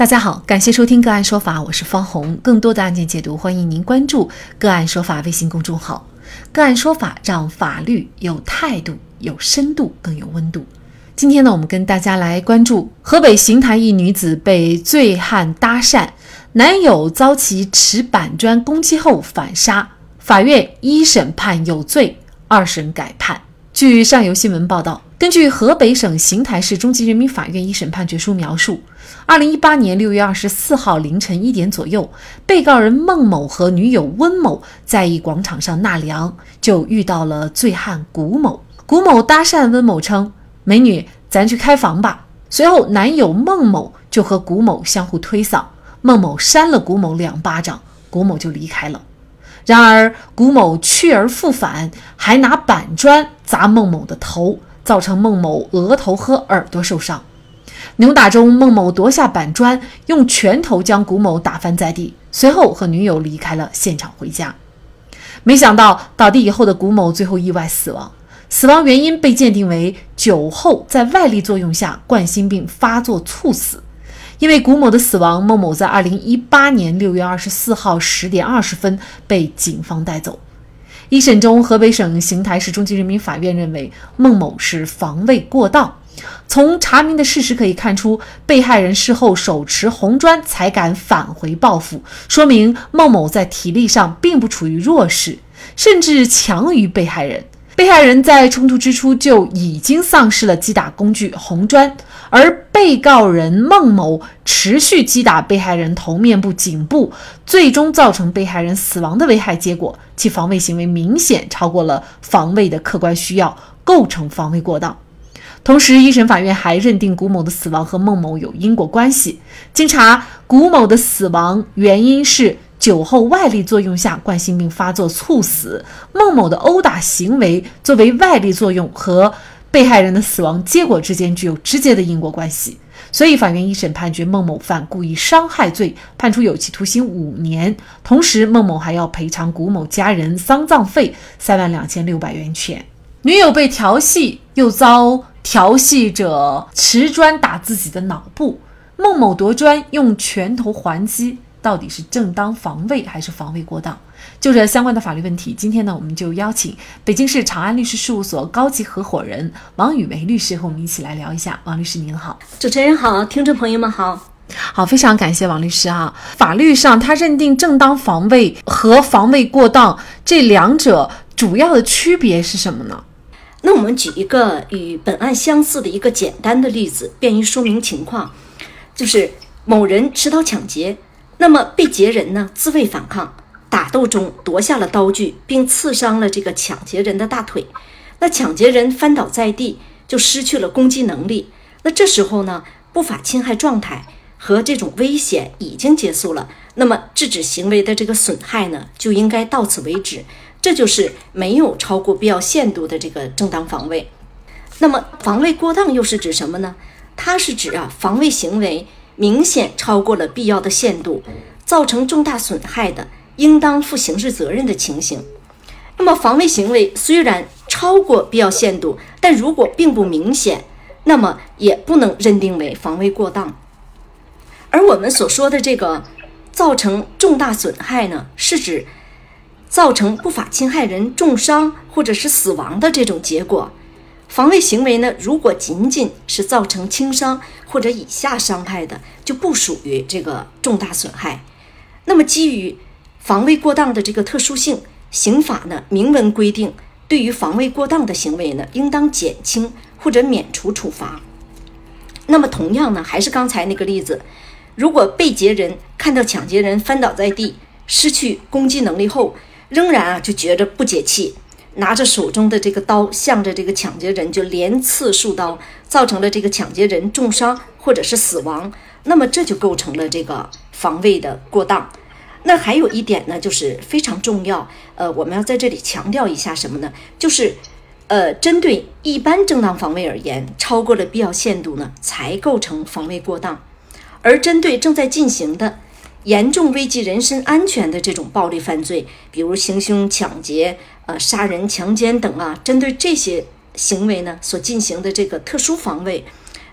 大家好，感谢收听个案说法，我是方红。更多的案件解读，欢迎您关注个案说法微信公众号。个案说法让法律有态度、有深度、更有温度。今天呢，我们跟大家来关注河北邢台一女子被醉汉搭讪，男友遭其持板砖攻击后反杀，法院一审判有罪，二审改判。据上游新闻报道，根据河北省邢台市中级人民法院一审判决书描述，2018年6月24号凌晨1点左右，被告人孟某和女友温某在一广场上纳凉，就遇到了醉汉古某。古某搭讪温某称：“美女，咱去开房吧。”随后男友孟某就和古某相互推搡，孟某扇了古某2巴掌，古某就离开了。然而古某去而复返，还拿板砖砸孟某的头，造成孟某额头和耳朵受伤。扭打中，孟某夺下板砖，用拳头将古某打翻在地，随后和女友离开了现场回家。没想到倒地以后的古某最后意外死亡，死亡原因被鉴定为酒后在外力作用下冠心病发作猝死。因为古某的死亡，孟某在2018年6月24号10点20分被警方带走。一审中，河北省邢台市中级人民法院认为孟某是防卫过当。从查明的事实可以看出，被害人事后手持红砖才敢返回报复，说明孟某在体力上并不处于弱势，甚至强于被害人。被害人在冲突之初就已经丧失了击打工具红砖，而被告人孟某持续击打被害人头面部、颈部，最终造成被害人死亡的危害结果，其防卫行为明显超过了防卫的客观需要，构成防卫过当。同时，一审法院还认定古某的死亡和孟某有因果关系。经查，古某的死亡原因是酒后外力作用下冠心病发作猝死，孟某的殴打行为作为外力作用和被害人的死亡结果之间具有直接的因果关系，所以法院一审判决孟某犯故意伤害罪，判处有期徒刑5年。同时，孟某还要赔偿古某家人丧葬费32600元钱。女友被调戏，又遭调戏者持砖打自己的脑部，孟某夺砖用拳头还击，到底是正当防卫还是防卫过当？就这相关的法律问题，今天呢，我们就邀请北京市长安律师事务所高级合伙人王宇梅律师和我们一起来聊一下。王律师您好。 主持人好，听众朋友们好。 好，非常感谢王律师啊。法律上他认定正当防卫和防卫过当这两者主要的区别是什么呢？ 那我们举一个与本案相似的一个简单的例子，便于说明情况。就是某人持刀抢劫，那么被劫人呢自卫反抗，打斗中夺下了刀具，并刺伤了这个抢劫人的大腿。那抢劫人翻倒在地，就失去了攻击能力。那这时候呢，不法侵害状态和这种危险已经结束了，那么制止行为的这个损害呢，就应该到此为止。这就是没有超过必要限度的这个正当防卫。那么防卫过当又是指什么呢？它是指防卫行为明显超过了必要的限度，造成重大损害的，应当负刑事责任的情形。那么防卫行为虽然超过必要限度，但如果并不明显，那么也不能认定为防卫过当。而我们所说的这个造成重大损害呢，是指造成不法侵害人重伤或者是死亡的这种结果。防卫行为呢，如果仅仅是造成轻伤或者以下伤害的，就不属于这个重大损害。那么基于防卫过当的这个特殊性，刑法呢明文规定，对于防卫过当的行为呢，应当减轻或者免除处罚。那么同样呢，还是刚才那个例子，如果被劫人看到抢劫人翻倒在地，失去攻击能力后，仍然就觉着不解气，拿着手中的这个刀向着这个抢劫人就连刺数刀，造成了这个抢劫人重伤或者是死亡，那么这就构成了这个防卫的过当。那还有一点呢，就是非常重要，我们要在这里强调一下什么呢？就是针对一般正当防卫而言，超过了必要限度呢，才构成防卫过当。而针对正在进行的严重危及人身安全的这种暴力犯罪，比如行凶、抢劫、杀人、强奸等针对这些行为呢所进行的这个特殊防卫，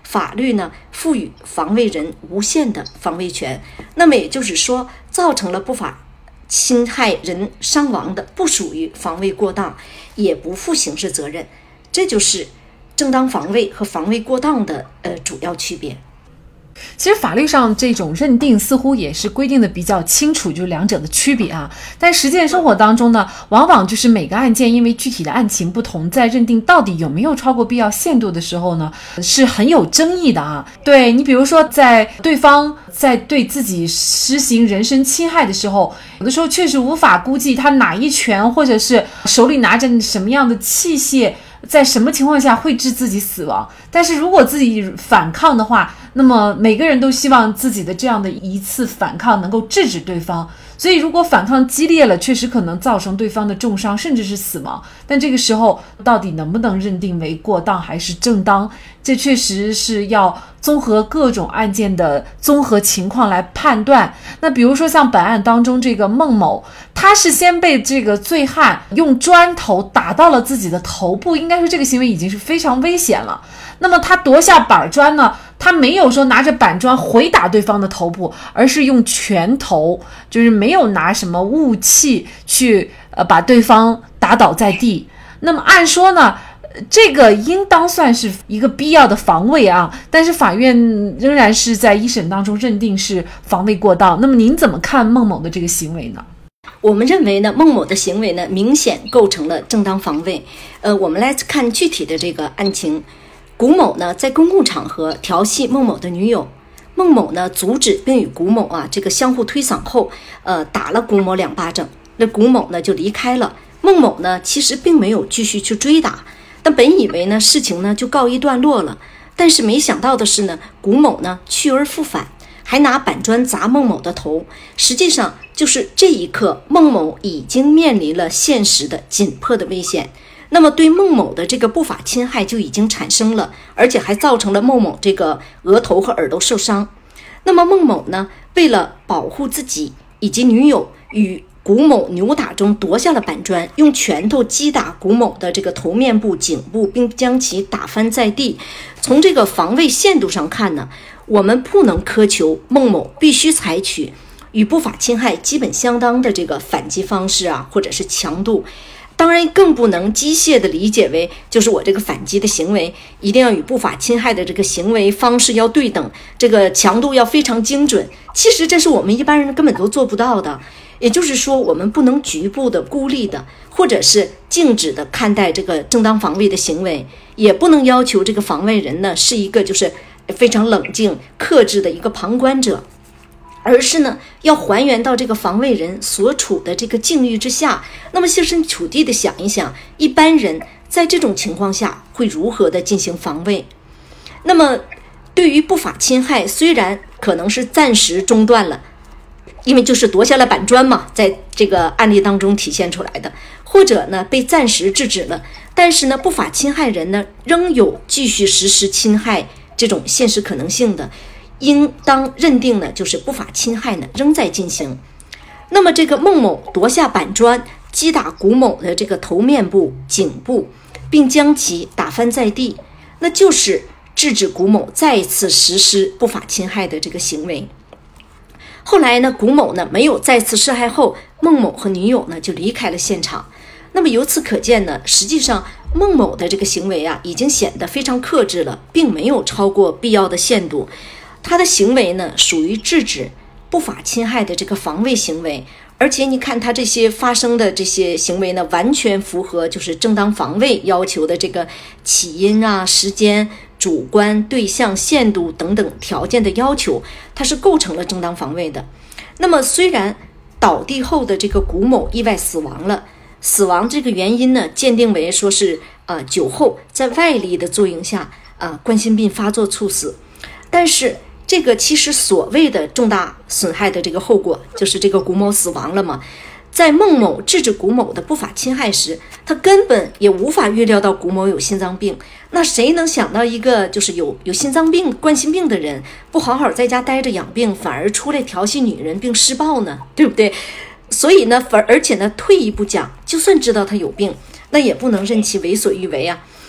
法律呢赋予防卫人无限的防卫权，那么也就是说，造成了不法侵害人伤亡的，不属于防卫过当，也不负刑事责任。这就是正当防卫和防卫过当的主要区别。 其实法律上这种认定似乎也是规定的比较清楚，就是两者的区别啊。但实践生活当中呢，往往就是每个案件因为具体的案情不同，在认定到底有没有超过必要限度的时候呢，是很有争议的啊。对，你比如说在对方在对自己实行人身侵害的时候，有的时候确实无法估计他哪一拳或者是手里拿着什么样的器械，在什么情况下会致自己死亡。但是如果自己反抗的话，那么每个人都希望自己的这样的一次反抗能够制止对方，所以如果反抗激烈了，确实可能造成对方的重伤甚至是死亡。但这个时候到底能不能认定为过当还是正当，这确实是要综合各种案件的综合情况来判断。那比如说像本案当中这个孟某，他是先被这个醉汉用砖头打到了自己的头部，应该说这个行为已经是非常危险了。那么他夺下板砖呢，他没有说拿着板砖回打对方的头部，而是用拳头，就是没有拿什么武器去把对方打倒在地。那么按说呢，这个应当算是一个必要的防卫啊，但是法院仍然是在一审当中认定是防卫过当。那么您怎么看孟某的这个行为呢？ 我们认为呢，孟某的行为呢明显构成了正当防卫。我们来看具体的这个案情。古某呢在公共场合调戏孟某的女友，孟某呢阻止并与古某这个相互推搡后，打了古某2巴掌，那古某呢就离开了。孟某呢其实并没有继续去追打，但本以为呢事情呢就告一段落了，但是没想到的是呢，古某呢去而复返，还拿板砖砸孟某的头。实际上就是这一刻，孟某已经面临了现实的紧迫的危险。那么对孟某的这个不法侵害就已经产生了，而且还造成了孟某这个额头和耳朵受伤。那么孟某呢，为了保护自己以及女友，与古某扭打中夺下了板砖，用拳头击打古某的这个头面部、颈部，并将其打翻在地。从这个防卫限度上看呢，我们不能苛求孟某必须采取与不法侵害基本相当的这个反击方式或者是强度。当然更不能机械的理解为就是我这个反击的行为一定要与不法侵害的这个行为方式要对等，这个强度要非常精准。其实这是我们一般人根本都做不到的。也就是说，我们不能局部的孤立的或者是静止的看待这个正当防卫的行为，也不能要求这个防卫人呢是一个就是非常冷静克制的一个旁观者，而是呢要还原到这个防卫人所处的这个境遇之下。那么设身处地的想一想，一般人在这种情况下会如何的进行防卫。那么对于不法侵害，虽然可能是暂时中断了，因为就是夺下了板砖嘛，在这个案例当中体现出来的，或者呢被暂时制止了，但是呢不法侵害人呢仍有继续实施侵害这种现实可能性的，应当认定呢就是不法侵害呢仍在进行。那么这个孟某夺下板砖击打古某的这个头面部、颈部，并将其打翻在地，那就是制止古某再次实施不法侵害的这个行为。后来呢，古某呢没有再次涉害后，孟某和女友呢就离开了现场。那么由此可见呢，实际上孟某的这个行为已经显得非常克制了，并没有超过必要的限度。他的行为呢属于制止不法侵害的这个防卫行为，而且你看他这些发生的这些行为呢，完全符合就是正当防卫要求的这个起因时间、主观、对象、限度等等条件的要求，它是构成了正当防卫的。那么虽然倒地后的这个古某意外死亡了，死亡这个原因呢鉴定为说是酒后在外力的作用下冠心病发作猝死，但是这个其实所谓的重大损害的这个后果就是这个古某死亡了嘛。在孟某制止古某的不法侵害时，他根本也无法预料到古某有心脏病。那谁能想到一个就是有心脏病、冠心病的人不好好在家待着养病，反而出来调戏女人并施暴呢？对不对？所以呢，而且呢，退一步讲，就算知道他有病，那也不能任其为所欲为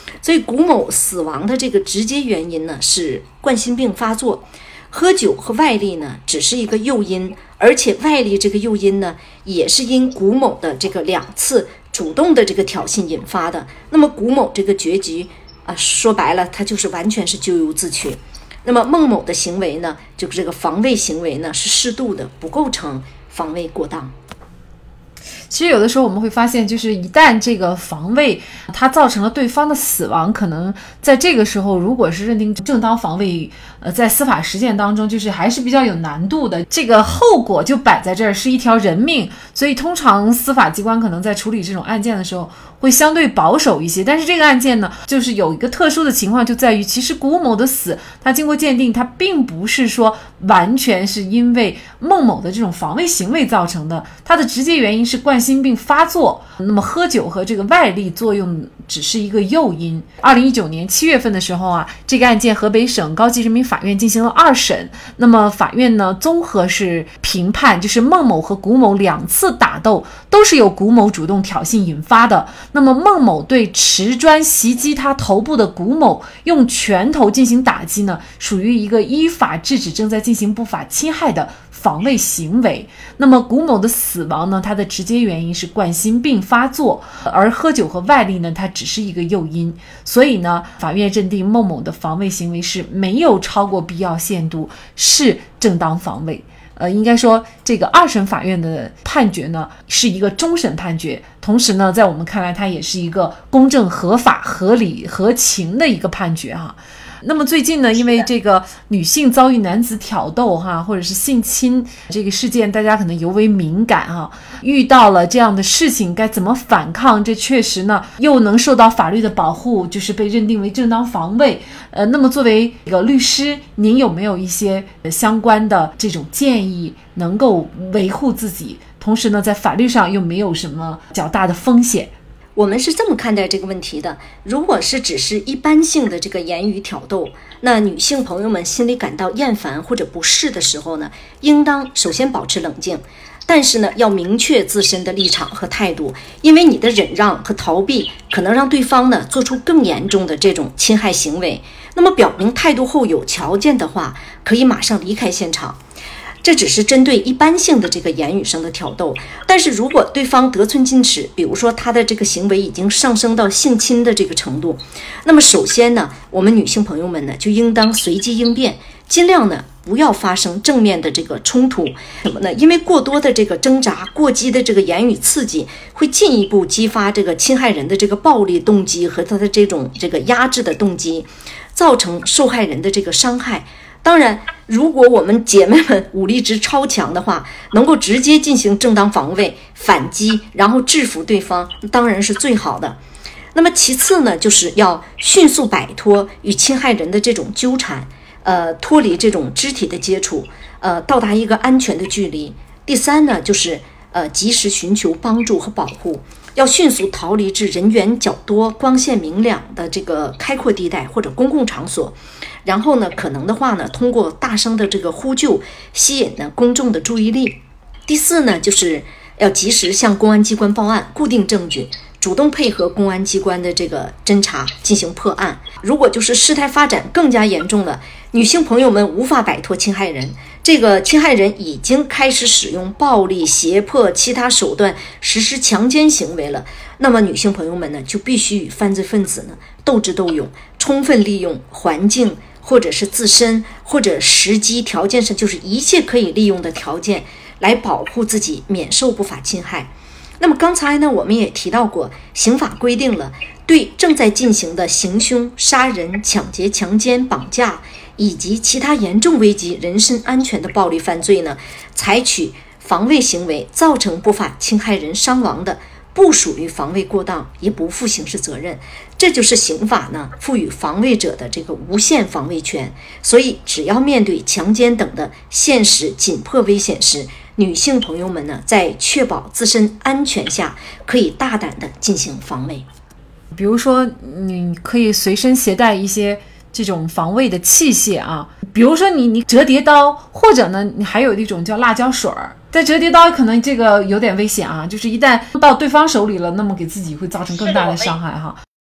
所以古某死亡的这个直接原因呢是冠心病发作，喝酒和外力呢只是一个诱因，而且外力这个诱因呢也是因古某的这个2次主动的这个挑衅引发的。那么古某这个结局说白了他就是完全是咎由自取。那么孟某的行为呢，就是这个防卫行为呢是适度的，不构成防卫过当。 其实有的时候我们会发现，就是一旦这个防卫它造成了对方的死亡，可能在这个时候如果是认定正当防卫在司法实践当中就是还是比较有难度的，这个后果就摆在这儿，是一条人命，所以通常司法机关可能在处理这种案件的时候会相对保守一些。但是这个案件呢，就是有一个特殊的情况，就在于其实古某的死他经过鉴定，他并不是说完全是因为孟某的这种防卫行为造成的，他的直接原因是冠心病发作，那么喝酒和这个外力作用只是一个诱因。2019年7月份的时候这个案件河北省高级人民法院进行了2审，那么法院呢综合是评判，就是孟某和古某2次打斗都是由古某主动挑衅引发的。那么孟某对持砖袭击他头部的古某用拳头进行打击呢，属于一个依法制止正在进行不法侵害的防卫行为。那么古某的死亡呢，它的直接原因是冠心病发作，而喝酒和外力呢，它只是一个诱因。所以呢，法院认定孟某的防卫行为是没有超过必要限度，是正当防卫。应该说这个2审法院的判决呢是一个终审判决，同时呢在我们看来它也是一个公正合法合理合情的一个判决那么最近呢，因为这个女性遭遇男子挑逗或者是性侵这个事件，大家可能尤为敏感遇到了这样的事情该怎么反抗，这确实呢又能受到法律的保护，就是被认定为正当防卫。那么作为一个律师，您有没有一些相关的这种建议，能够维护自己，同时呢在法律上又没有什么较大的风险？ 我们是这么看待这个问题的，如果是只是一般性的这个言语挑逗，那女性朋友们心里感到厌烦或者不适的时候呢，应当首先保持冷静，但是呢要明确自身的立场和态度，因为你的忍让和逃避可能让对方呢做出更严重的这种侵害行为。那么表明态度后，有条件的话可以马上离开现场。这只是针对一般性的这个言语上的挑逗，但是如果对方得寸进尺，比如说他的这个行为已经上升到性侵的这个程度，那么首先呢，我们女性朋友们呢就应当随机应变，尽量呢不要发生正面的这个冲突。什么呢？因为过多的这个挣扎，过激的这个言语刺激，会进一步激发这个侵害人的这个暴力动机和他的这种这个压制的动机，造成受害人的这个伤害。当然，如果我们姐妹们武力值超强的话，能够直接进行正当防卫、反击，然后制服对方，当然是最好的。那么其次呢，就是要迅速摆脱与侵害人的这种纠缠，脱离这种肢体的接触，到达一个安全的距离。第三呢，就是及时寻求帮助和保护，要迅速逃离至人员较多、光线明亮的这个开阔地带或者公共场所。然后呢，可能的话呢，通过大声的这个呼救，吸引呢公众的注意力。第四呢，就是要及时向公安机关报案，固定证据，主动配合公安机关的这个侦查进行破案。如果就是事态发展更加严重了，女性朋友们无法摆脱侵害人，这个侵害人已经开始使用暴力、胁迫、其他手段实施强奸行为了，那么女性朋友们呢，就必须与犯罪分子呢斗智斗勇，充分利用环境或者是自身或者时机条件上，就是一切可以利用的条件来保护自己免受不法侵害。那么刚才呢，我们也提到过，刑法规定了对正在进行的行凶、杀人、抢劫、强奸、绑架以及其他严重危及人身安全的暴力犯罪呢，采取防卫行为造成不法侵害人伤亡的，不属于防卫过当，也不负刑事责任。这就是刑法呢赋予防卫者的这个无限防卫权。所以只要面对强奸等的现实紧迫危险时，女性朋友们呢在确保自身安全下，可以大胆的进行防卫。 比如说你可以随身携带一些这种防卫的器械啊，比如说你折叠刀，或者呢你还有一种叫辣椒水儿。在折叠刀可能这个有点危险啊，就是一旦到对方手里了，那么给自己会造成更大的伤害哈。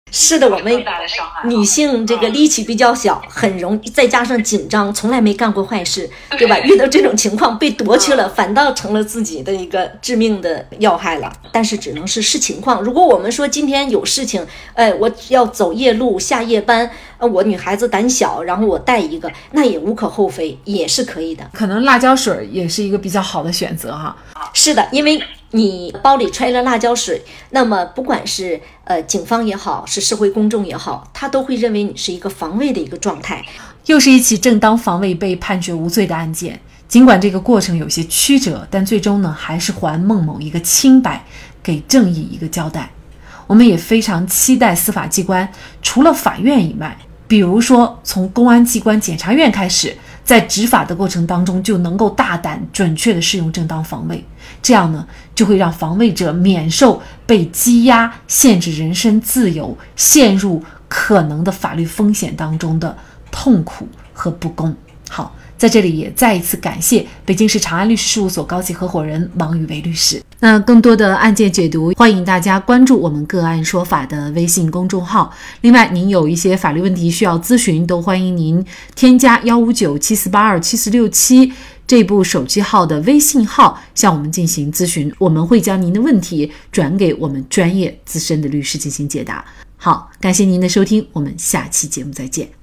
是的，我们女性这个力气比较小，很容易，再加上紧张，从来没干过坏事，对吧？遇到这种情况被夺去了，反倒成了自己的一个致命的要害了。但是只能是视情况。如果我们说今天有事情，我要走夜路、下夜班，我女孩子胆小，然后我带一个，那也无可厚非，也是可以的。 可能辣椒水也是一个比较好的选择哈。 是的，因为你包里揣了辣椒水，那么不管是警方也好，是社会公众也好，他都会认为你是一个防卫的一个状态。 又是一起正当防卫被判决无罪的案件，尽管这个过程有些曲折，但最终呢，还是还孟某一个清白，给正义一个交代。我们也非常期待司法机关除了法院以外，比如说从公安机关、检察院开始，在执法的过程当中就能够大胆准确地适用正当防卫，这样呢，就会让防卫者免受被羁押、限制人身自由、陷入可能的法律风险当中的痛苦和不公。好，在这里也再一次感谢北京市长安律师事务所高级合伙人王宇伟律师。那更多的案件解读，欢迎大家关注我们个案说法的微信公众号。另外，您有一些法律问题需要咨询，都欢迎您添加15974827467这部手机号的微信号向我们进行咨询，我们会将您的问题转给我们专业资深的律师进行解答。好，感谢您的收听，我们下期节目再见。